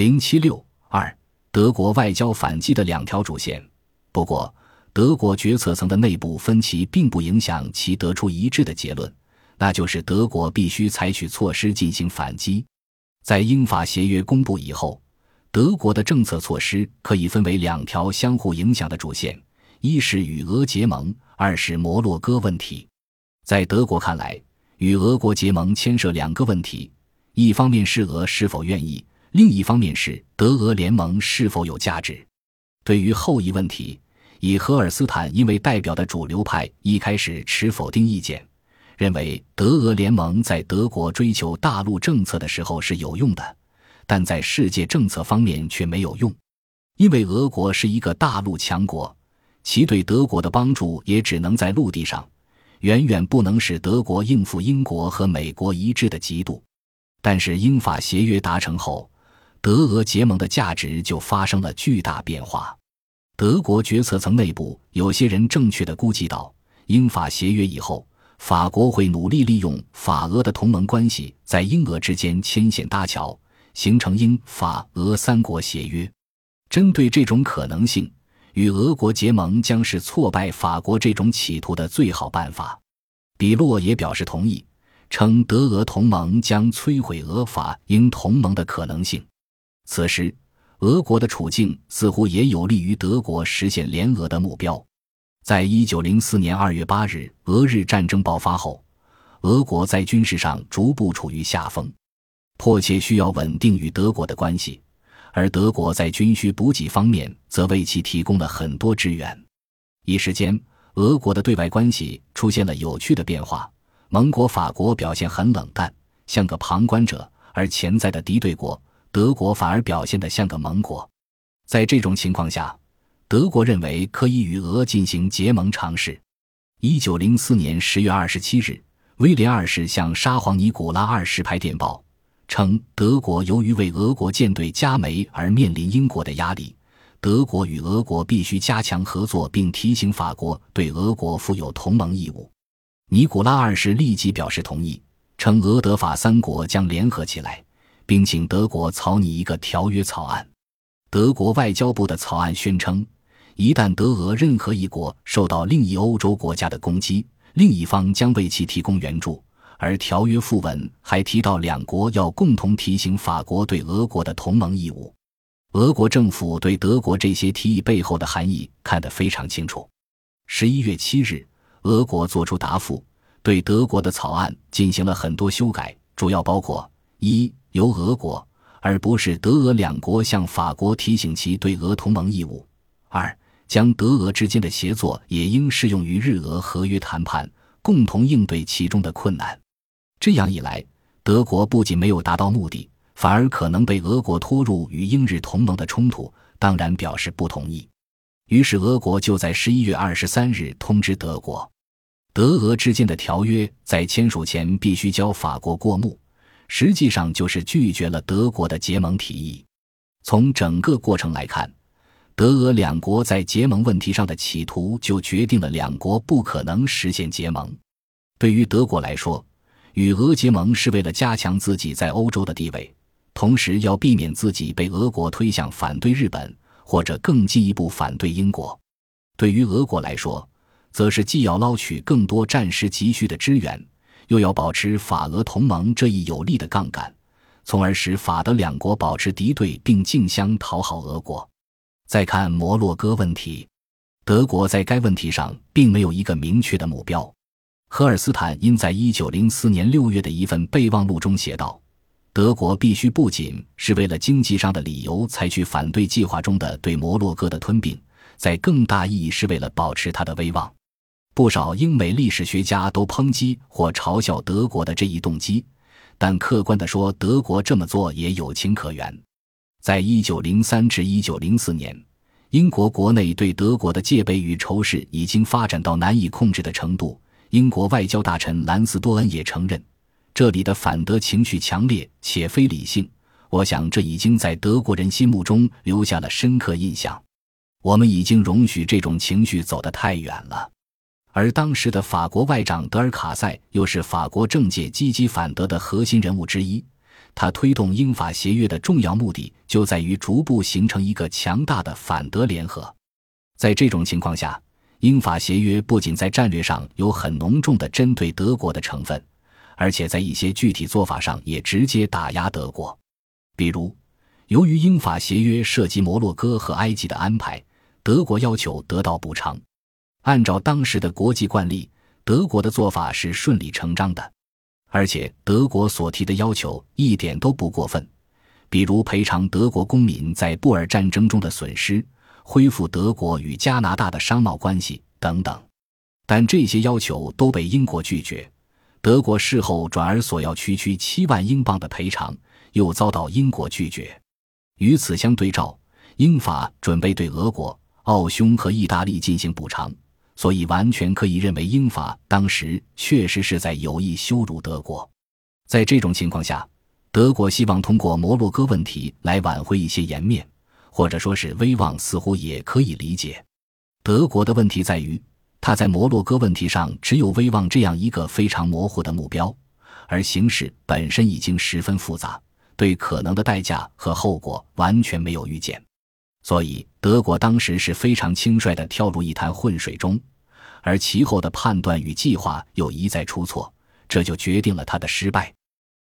076-2德国外交反击的两条主线。不过，德国决策层的内部分歧并不影响其得出一致的结论，那就是德国必须采取措施进行反击。在英法协约公布以后，德国的政策措施可以分为两条相互影响的主线，一是与俄结盟，二是摩洛哥问题。在德国看来，与俄国结盟牵涉两个问题，一方面是俄是否愿意，另一方面是德俄联盟是否有价值。对于后一问题，以赫尔斯坦因为代表的主流派一开始持否定意见，认为德俄联盟在德国追求大陆政策的时候是有用的，但在世界政策方面却没有用。因为俄国是一个大陆强国，其对德国的帮助也只能在陆地上，远远不能使德国应付英国和美国一致的嫉妒。但是英法协约达成后，德俄结盟的价值就发生了巨大变化。德国决策层内部有些人正确地估计到，英法协约以后，法国会努力利用法俄的同盟关系，在英俄之间牵线搭桥，形成英法俄三国协约。针对这种可能性，与俄国结盟将是挫败法国这种企图的最好办法。比洛也表示同意，称德俄同盟将摧毁俄法英同盟的可能性。此时，俄国的处境似乎也有利于德国实现联俄的目标。在1904年2月8日俄日战争爆发后，俄国在军事上逐步处于下风，迫切需要稳定与德国的关系，而德国在军需补给方面则为其提供了很多支援。一时间，俄国的对外关系出现了有趣的变化，盟国法国表现很冷淡，像个旁观者，而潜在的敌对国德国反而表现得像个盟国。在这种情况下，德国认为可以与俄进行结盟尝试。1904年10月27日，威廉二世向沙皇尼古拉二世派电报，称德国由于为俄国舰队加煤而面临英国的压力，德国与俄国必须加强合作，并提醒法国对俄国负有同盟义务。尼古拉二世立即表示同意，称俄德法三国将联合起来，并请德国草拟一个条约草案。德国外交部的草案宣称，一旦德俄任何一国受到另一欧洲国家的攻击，另一方将为其提供援助，而条约附文还提到两国要共同提醒法国对俄国的同盟义务。俄国政府对德国这些提议背后的含义看得非常清楚。11月7日，俄国作出答复，对德国的草案进行了很多修改，主要包括：一、由俄国而不是德俄两国向法国提醒其对俄同盟义务；二、将德俄之间的协作也应适用于日俄合约谈判，共同应对其中的困难。这样一来，德国不仅没有达到目的，反而可能被俄国拖入与英日同盟的冲突，当然表示不同意。于是俄国就在11月23日通知德国，德俄之间的条约在签署前必须交法国过目，实际上就是拒绝了德国的结盟提议。从整个过程来看，德俄两国在结盟问题上的企图就决定了两国不可能实现结盟。对于德国来说，与俄结盟是为了加强自己在欧洲的地位，同时要避免自己被俄国推向反对日本，或者更进一步反对英国。对于俄国来说，则是既要捞取更多战时急需的支援，又要保持法俄同盟这一有力的杠杆，从而使法德两国保持敌对并竞相讨好俄国。再看摩洛哥问题，德国在该问题上并没有一个明确的目标。赫尔斯坦因在1904年6月的一份备忘录中写道，德国必须不仅是为了经济上的理由采取反对计划中的对摩洛哥的吞并，在更大意义是为了保持它的威望。不少英美历史学家都抨击或嘲笑德国的这一动机，但客观地说，德国这么做也有情可原。在1903至1904年，英国国内对德国的戒备与仇视已经发展到难以控制的程度。英国外交大臣兰斯多恩也承认，这里的反德情绪强烈且非理性，我想这已经在德国人心目中留下了深刻印象。我们已经容许这种情绪走得太远了。而当时的法国外长德尔卡塞又是法国政界积极反德的核心人物之一， 他推动英法协约的重要目的就在于逐步形成一个强大的反德联合。在这种情况下，英法协约不仅在战略上有很浓重的针对德国的成分，而且在一些具体做法上也直接打压德国。比如，由于英法协约涉及摩洛哥和埃及的安排，德国要求得到补偿。按照当时的国际惯例，德国的做法是顺理成章的，而且德国所提的要求一点都不过分，比如赔偿德国公民在布尔战争中的损失，恢复德国与加拿大的商贸关系等等。但这些要求都被英国拒绝，德国事后转而索要区7万英镑的赔偿，又遭到英国拒绝。与此相对照，英法准备对俄国、奥匈和意大利进行补偿，所以完全可以认为英法当时确实是在有意羞辱德国。在这种情况下，德国希望通过摩洛哥问题来挽回一些颜面，或者说是威望，似乎也可以理解。德国的问题在于，他在摩洛哥问题上只有威望这样一个非常模糊的目标，而形势本身已经十分复杂，对可能的代价和后果完全没有预见。所以德国当时是非常轻率地跳入一潭浑水中，而其后的判断与计划又一再出错，这就决定了他的失败。